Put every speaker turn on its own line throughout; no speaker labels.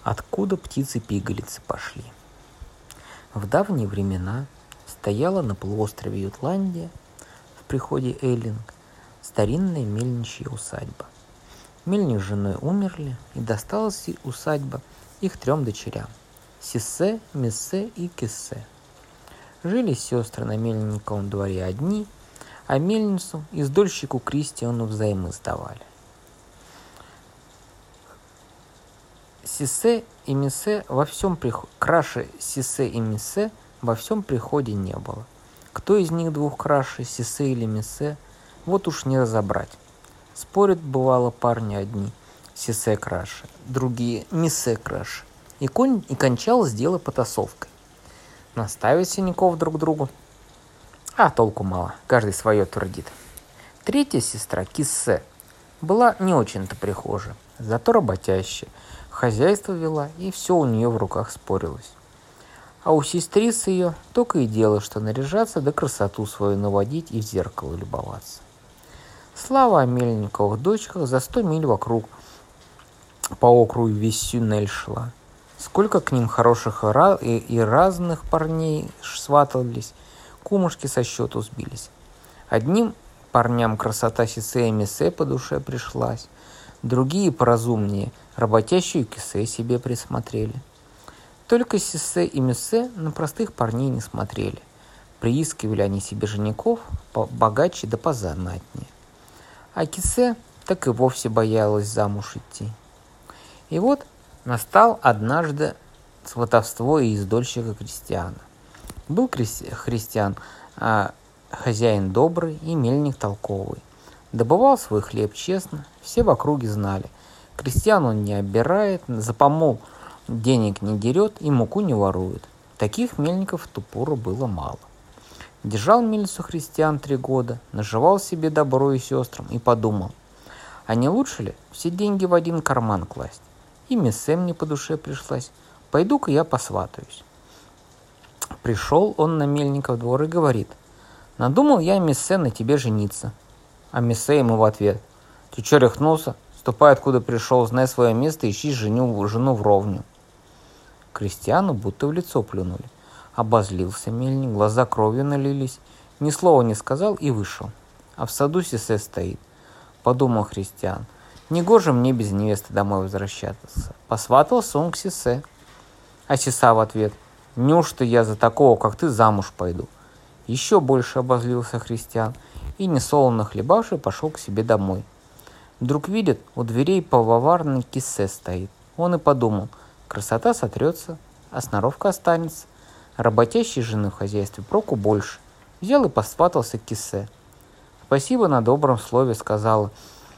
Откуда птицы-пигалицы пошли? В давние времена стояла на полуострове Ютландия в приходе Эллинг старинная мельничья усадьба. Мельник с женой умерли, и досталась усадьба их 3 дочерям – Сиссе, Миссе и Киссе. Жили сестры на мельниковом дворе одни, а мельницу издольщику Кристиану взаймы сдавали. Сиссе и Миссе краше Сиссе и Миссе во всем приходе не было. Кто из них двух краше, Сиссе или Миссе, вот уж не разобрать. Спорят, бывало, парни одни, Сиссе краше, другие Миссе краше. И кончалось дело потасовкой. Наставят синяков друг другу, а толку мало, каждый свое твердит. 3-я сестра, Киссе, была не очень-то прихожая, зато работящая, хозяйство вела, и все у нее в руках спорилось. А у сестрицы ее только и дело, что наряжаться да красоту свою наводить и в зеркало любоваться. Слава о мельниковых дочках за 100 миль вокруг по округу весь Сюнель шла. Сколько к ним хороших и разных парней сватались, кумушки со счету сбились. Одним парням красота Сиссе и Миссе по душе пришлась, другие поразумнее работящую Киссе себе присмотрели. Только Сиссе и Миссе на простых парней не смотрели. Приискивали они себе женихов побогаче да позанатнее. А Киссе так и вовсе боялась замуж идти. И вот настал однажды сватовство и издольщика Кристиана. Был Христиан хозяин добрый и мельник толковый. Добывал свой хлеб честно, все в округе знали. Крестьян он не обирает, за помол денег не дерет и муку не ворует. Таких мельников в ту пору было мало. Держал мельницу Христиан 3 года, наживал себе добро и сестрам и подумал, а не лучше ли все деньги в один карман класть? И Миссе мне по душе пришлась, пойду-ка я посватаюсь. Пришел он на мельников двор и говорит, надумал я, Миссе, на тебе жениться. А Миссе ему в ответ, ты че рехнулся? Ступай, откуда пришел, знай свое место, ищи жену вровню. Крестьяну будто в лицо плюнули. Обозлился мельник, глаза кровью налились, ни слова не сказал и вышел. А в саду Сиссе стоит. Подумал Христиан, негоже мне без невесты домой возвращаться. Посватался он к Сиссе. А Сиса в ответ, неужто я за такого, как ты, замуж пойду? Еще больше обозлился Христиан и, несолоно хлебавший, пошел к себе домой. Вдруг видит, у дверей пивоварной Киссе стоит. Он и подумал, красота сотрется, а сноровка останется. Работящей жены в хозяйстве проку больше. Взял и посватался к Киссе. Спасибо на добром слове, сказала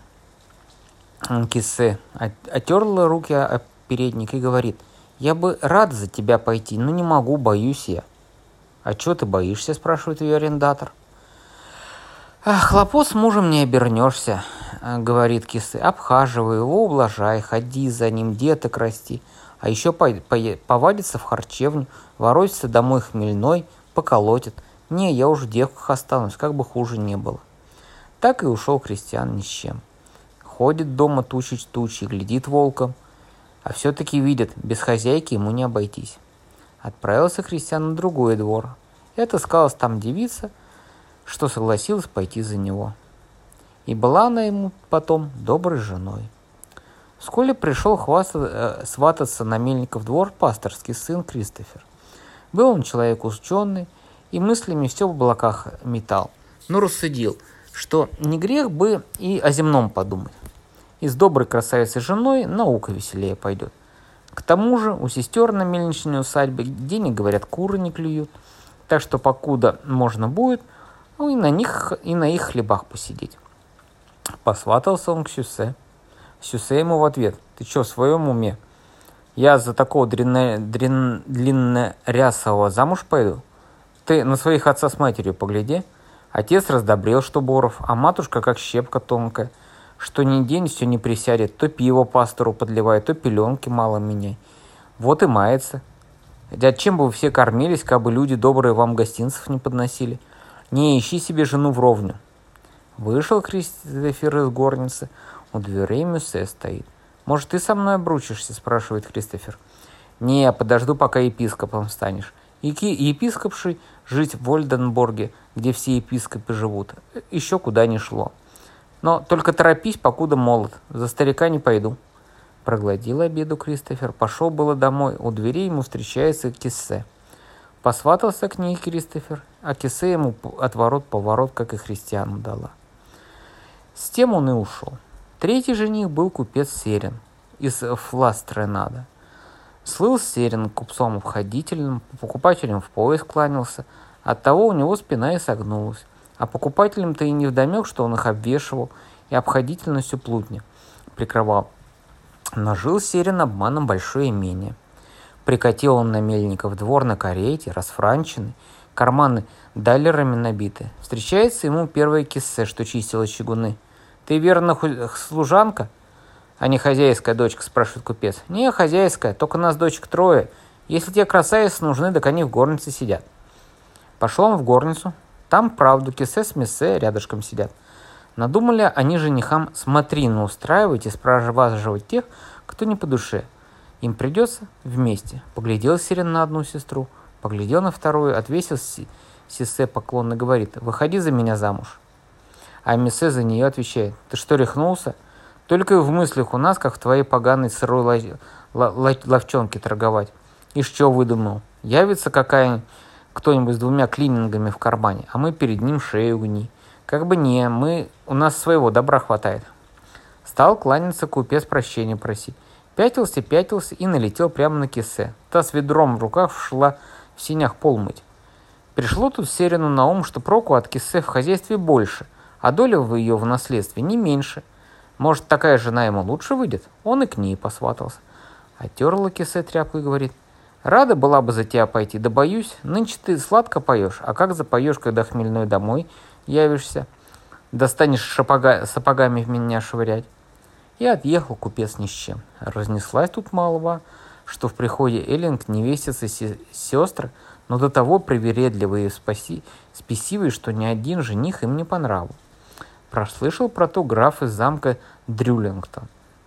Киссе. Отерла руки о передник и говорит, я бы рад за тебя пойти, но не могу, боюсь я. А чего ты боишься, спрашивает ее арендатор. Хлопот с мужем не обернешься, говорит Киссе. Обхаживай его, ублажай, ходи за ним, деток расти. А еще повадится в харчевню, воротится домой хмельной, поколотит. Не, я уж в девках останусь, как бы хуже не было. Так и ушел Христиан ни с чем. Ходит дома тучи, глядит волком, а все-таки видит, без хозяйки ему не обойтись. Отправился Христиан на другой двор, и отыскалась там девица, что согласилась пойти за него. И была она ему потом доброй женой. Вскоре пришел свататься на мельников двор пасторский сын Кристофер. Был он человек ученый, и мыслями все в облаках метал, но рассудил, что не грех бы и о земном подумать. И с доброй красавицей женой наука веселее пойдет. К тому же у сестер на мельничной усадьбе денег, говорят, куры не клюют, так что покуда можно будет, и на их хлебах посидеть. Посватался он к Сюссе. Сюссе ему в ответ, ты что, в своем уме? Я за такого длиннорясого замуж пойду? Ты на своих отца с матерью погляди. Отец раздобрел, что боров, а матушка как щепка тонкая, что ни день все не присядет, то пиво пастору подливает, то пеленки мало меняй. Вот и мается. А чем бы вы все кормились, как бы люди добрые вам гостинцев не подносили? Не ищи себе жену вровню. Вышел Кристофер из горницы, у дверей Миссе стоит. «Может, ты со мной обручишься?» – спрашивает Кристофер. «Не, подожду, пока епископом станешь. Епископшей жить в Ольденбурге, где все епископы живут, еще куда ни шло. Но только торопись, покуда молод, за старика не пойду». Проглотил обиду Кристофер, пошел было домой, у двери ему встречается Киссе. Посватался к ней Кристофер, а Киссе ему отворот-поворот, как и христианам дала. С тем он и ушел. Третий жених был купец Серин из Фластренада. Слыл Серин купцом обходительным, покупателям в пояс кланялся, оттого у него спина и согнулась, а покупателям-то и невдомек, что он их обвешивал и обходительностью плутни прикрывал. Нажил Серин обманом большое имение. Прикатил он на Мельников двор на карете, расфранченный, карманы даллерами набиты. Встречается ему первая Киссе, что чистила чугуны. «Ты, верно, служанка, а не хозяйская дочка?» – спрашивает купец. «Не, хозяйская, только нас дочек трое. Если тебе красавицы нужны, так они в горнице сидят». Пошел он в горницу. Там, правду, Киссе с Миссе рядышком сидят. Надумали они женихам смотрину устраивать и спрашивать тех, кто не по душе. Им придется вместе. Поглядел Серин на одну сестру, поглядел на вторую, отвесил Сиссе поклон и говорит: «Выходи за меня замуж». А Миссе за нее отвечает: «Ты что, рехнулся? Только в мыслях у нас, как в твоей поганой сырой ловчонке торговать. И что выдумал? Явится кто-нибудь с 2 клинингами в кармане, а мы перед ним шею гни. Как бы не, у нас своего добра хватает». Стал кланяться купец, прощения просить. Пятился и налетел прямо на Киссе. Та с ведром в руках шла в сенях пол мыть. Пришло тут Серину на ум, что проку от Киссе в хозяйстве больше, а доля ее в наследстве не меньше. Может, такая жена ему лучше выйдет? Он и к ней посватался. Оттерла Киссе тряпку и говорит: «Рада была бы за тебя пойти, да боюсь, нынче ты сладко поешь, а как запоешь, когда хмельной домой явишься? Достанешь сапогами в меня швырять». И отъехал купец ни с чем. Разнеслась тут молва, что в приходе Эллинг невестицы сестры, но до того привередливые и спесивые, что ни один жених им не по нраву. Прослышал про то граф из замка Дрюлингтон.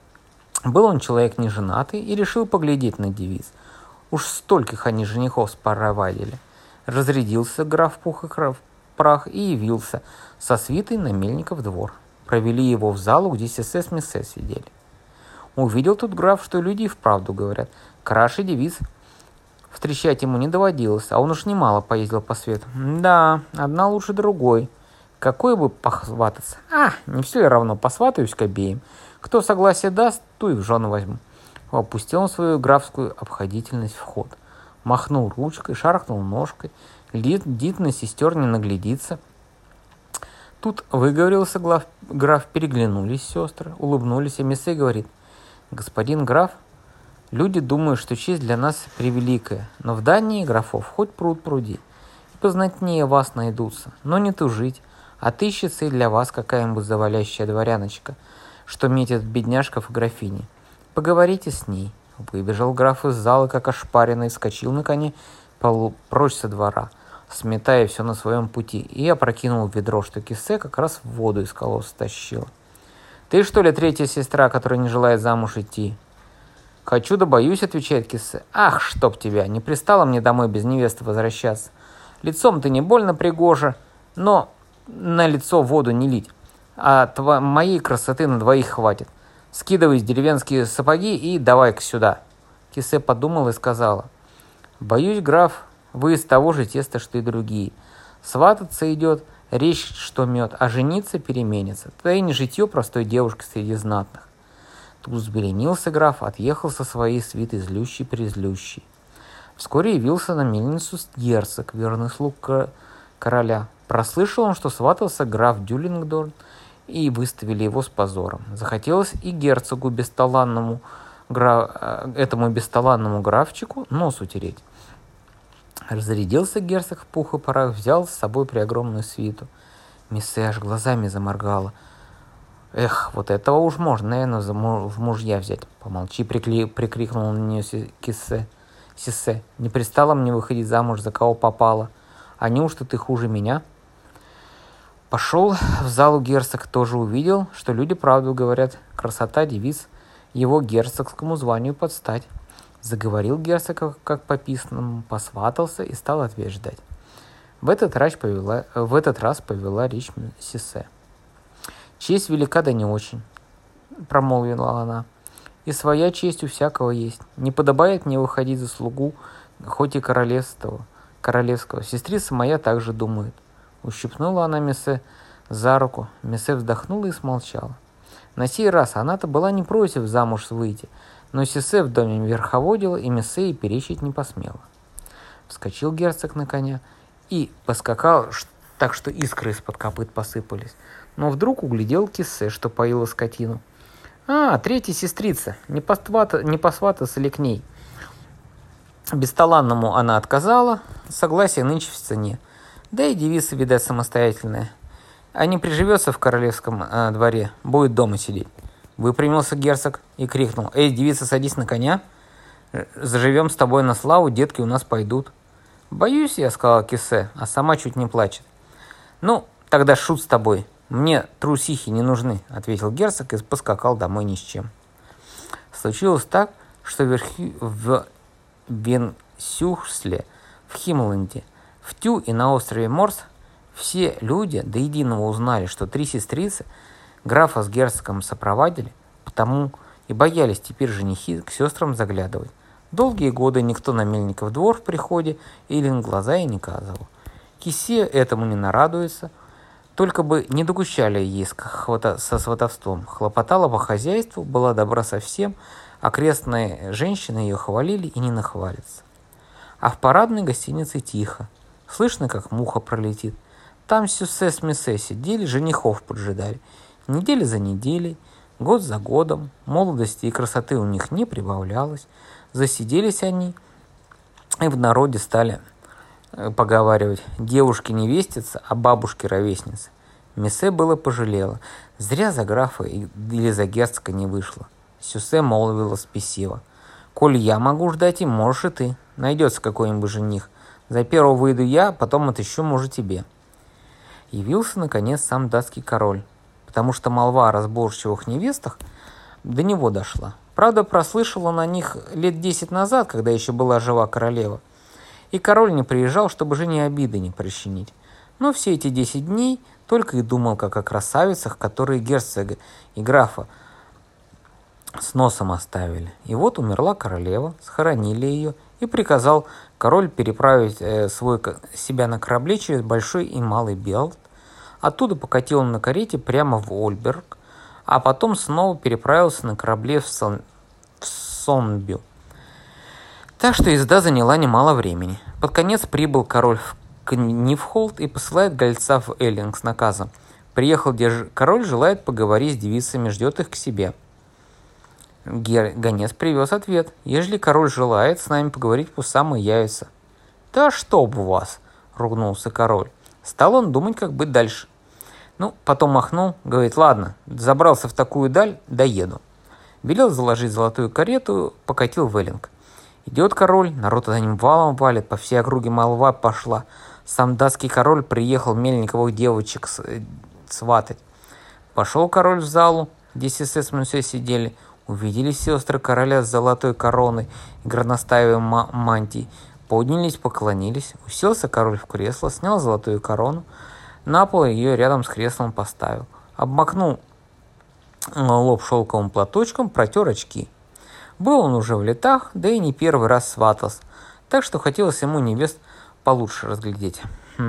Был он человек неженатый и решил поглядеть на девиц. Уж стольких они женихов споровадили. Разрядился граф пух и прах и явился со свитой на Мельников двор. Провели его в залу, где Сиссе с Миссе сидели. Увидел тут граф, что люди и вправду говорят: краше девиц встречать ему не доводилось, а он уж немало поездил по свету. Да, одна лучше другой. Какой бы посвататься? Не все ли равно, посватаюсь к обеим. Кто согласие даст, ту и в жены возьму. Опустил он свою графскую обходительность в ход. Махнул ручкой, шаркнул ножкой. Глядит на сестер, не наглядится. Тут выговорился граф, переглянулись сестры, улыбнулись, а Миссе говорит: «Господин граф, люди думают, что честь для нас превеликая, но в дании графов хоть пруд пруди, и познатнее вас найдутся, но не тужить, отыщется и для вас какая-нибудь завалящая дворяночка, что метит бедняжков и графини. Поговорите с ней». Выбежал граф из зала, как ошпаренный, вскочил на коне прочь со двора, сметая все на своем пути, и опрокинул ведро, что Киссе как раз в воду из колодца тащила. «Ты, что ли, третья сестра, которая не желает замуж идти?» «Хочу да боюсь», — отвечает Киссе. «Ах, чтоб тебя! Не пристало мне домой без невесты возвращаться. Лицом ты не больно пригожа, но на лицо воду не лить, а моей красоты на 2 хватит. Скидывай деревенские сапоги и давай-ка сюда». Киссе подумала и сказала: «Боюсь, граф, вы из того же теста, что и другие. Свататься идет речь, что мед, а жениться переменится. Да и не житье простой девушки среди знатных». Тут взбеленился граф, отъехал со своей свитой злющий-призлющий. Вскоре явился на мельницу герцог, верный слуг короля. Прослышал он, что сватался граф Дюлингдон, и выставили его с позором. Захотелось и герцогу этому бесталанному графчику нос утереть. Разрядился герцог в пух и прах, взял с собой преогромную свиту. Миссе аж глазами заморгала. «Эх, вот этого уж можно, наверное, в мужья взять». «Помолчи», — прикрикнул на нее Сиссе. «Не пристало мне выходить замуж за кого попало. А неужто ты хуже меня?» Пошел в залу герцог, тоже увидел, что люди правду говорят. Красота девиц его герцогскому званию подстать. Заговорил герцог, как по писанному, посватался и стал ответ ждать. В этот раз повела речь Сиссе. «Честь велика, да не очень», — промолвила она. «И своя честь у всякого есть. Не подобает мне выходить за слугу, хоть и королевского. Сестрица моя также думает». Ущипнула она Мессе за руку. Мессе вздохнула и смолчала. На сей раз она-то была не против замуж выйти, но Сиссе в доме верховодила, и Мессе и перечить не посмела. Вскочил герцог на коня и поскакал, так что искры из-под копыт посыпались. Но вдруг углядел Киссе, что поила скотину. Третья сестрица, не посвататься ли к ней? Бесталанному она отказала, согласие нынче в цене. Да и девица, видать, самостоятельная. А не приживется в королевском дворе, будет дома сидеть. Выпрямился герцог и крикнул: «Эй, девица, садись на коня, заживем с тобой на славу, детки у нас пойдут». «Боюсь я», — сказала Киссе, а сама чуть не плачет. «Ну, тогда шут с тобой, мне трусихи не нужны», — ответил герцог и поскакал домой ни с чем. Случилось так, что в Венсюсле, в Химленде, в Тю и на острове Морс все люди до единого узнали, что три сестрицы графа с герцогом сопроводили, потому и боялись теперь женихи к сестрам заглядывать. Долгие годы никто на Мельников двор в приходе или на глаза и не казывал. Киссе этому не нарадуется, только бы не докучали ей со сватовством. Хлопотала по хозяйству, была добра со всем, окрестные женщины ее хвалили и не нахвалятся. А в парадной гостинице тихо. Слышно, как муха пролетит. Там Сюссе с Мессе сидели, женихов поджидали. Недели за неделей, год за годом, молодости и красоты у них не прибавлялось. Засиделись они и в народе стали поговаривать: девушки невестица, а бабушки ровесницы. Мессе было пожалела. Зря за графа или за герцога не вышло. Сюссе молвила спесиво: «Коль я могу ждать, и можешь и ты. Найдется какой-нибудь жених. За первого выйду я, потом отыщу мужа тебе». Явился, наконец, сам датский король, потому что молва о разборчивых невестах до него дошла. Правда, прослышал он о них лет 10 назад, когда еще была жива королева. И король не приезжал, чтобы жене обиды не причинить. Но все эти 10 дней только и думал, как о красавицах, которые герцога и графа с носом оставили. И вот умерла королева, схоронили ее, и приказал король переправить себя на корабле через Большой и Малый Белт. Оттуда покатил он на карете прямо в Ольберг, а потом снова переправился на корабле в Сонбю. Так что езда заняла немало времени. Под конец прибыл король в Книфхолд и посылает гонца в Эллинг с наказом: «Приехал, где король желает поговорить с девицами, ждет их к себе». Гонец привез ответ: «Ежели король желает с нами поговорить, пусть сам и явится». «Да чтоб вас!» — ругнулся король. Стал он думать, как быть дальше. Потом махнул, говорит: «Ладно, забрался в такую даль, доеду». Велел заложить золотую карету, покатил в Эллинг. Идет король, народ за ним валом валит, по всей округе молва пошла. Сам датский король приехал Мельниковых девочек сватать. Пошел король в залу, где Сиссе с Мессе сидели. Увидели сестры короля с золотой короной и горностаевой мантией. Поднялись, поклонились. Уселся король в кресло, снял золотую корону, на пол ее рядом с креслом поставил. Обмакнул лоб шелковым платочком, протер очки. Был он уже в летах, да и не первый раз сватался, так что хотелось ему невест получше разглядеть.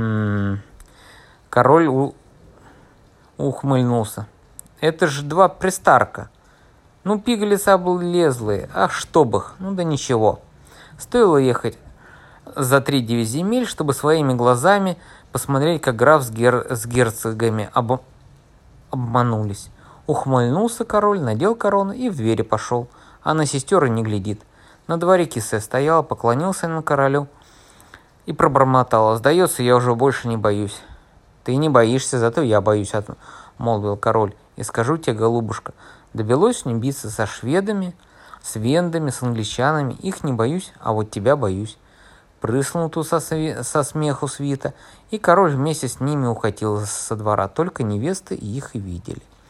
Король ухмыльнулся. «Это ж два пристарка. Пигалицы облезлые, ах, чтоб их, да ничего. Стоило ехать за 3-9 земель, чтобы своими глазами посмотреть, как граф с герцогами обманулись». Ухмыльнулся король, надел корону и в двери пошел, а на сестер и не глядит. На дворе Киссе стояла, поклонился на королю и пробормотала: «Сдается, я уже больше не боюсь». «Ты не боишься, зато я боюсь», — молвил король. «И скажу тебе, голубушка, довелось мне биться со шведами, с вендами, с англичанами. Их не боюсь, а вот тебя боюсь». Прыснул тут со смеху свита, и король вместе с ними укатил со двора. Только невесты их и видели.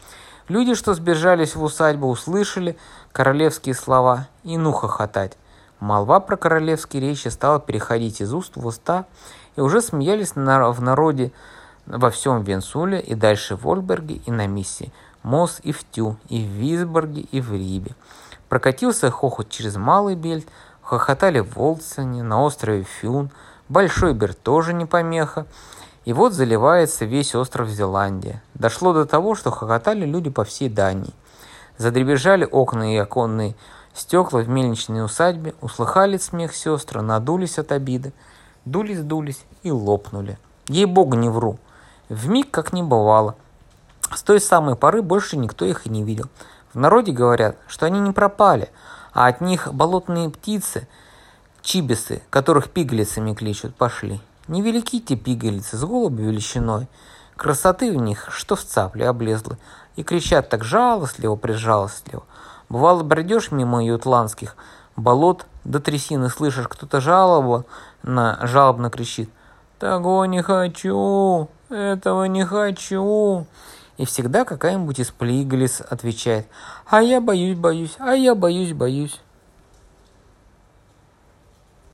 Люди, что сбежались в усадьбу, услышали королевские слова и ну хохотать. Молва про королевские речи стала переходить из уст в уста, и уже смеялись в народе во всем Венсуле и дальше в Ольберге и на Миссе, Мос и в Тю, и в Висборге, и в Рибе. Прокатился хохот через Малый Бельт, хохотали в Олдсоне, на острове Фюн, Большой Берт тоже не помеха. И вот заливается весь остров Зеландия. Дошло до того, что хохотали люди по всей Дании. Задребезжали окна и оконные стекла в мельничной усадьбе, услыхали смех сестры, надулись от обиды, дулись и лопнули. Ей-богу, не вру. Вмиг как не бывало. С той самой поры больше никто их и не видел. В народе говорят, что они не пропали, а от них болотные птицы, чибисы, которых пигалицами кличут, пошли. Невелики те пигалицы, с голубя величиной. Красоты в них, что в цапле облезлы, и кричат так жалостливо-прижалостливо. Бывало, бредешь мимо ютландских болот, до трясины слышишь, кто-то жалобно кричит: «Того не хочу, этого не хочу». И всегда какая-нибудь из пигалиц отвечает: «А я боюсь, а я боюсь».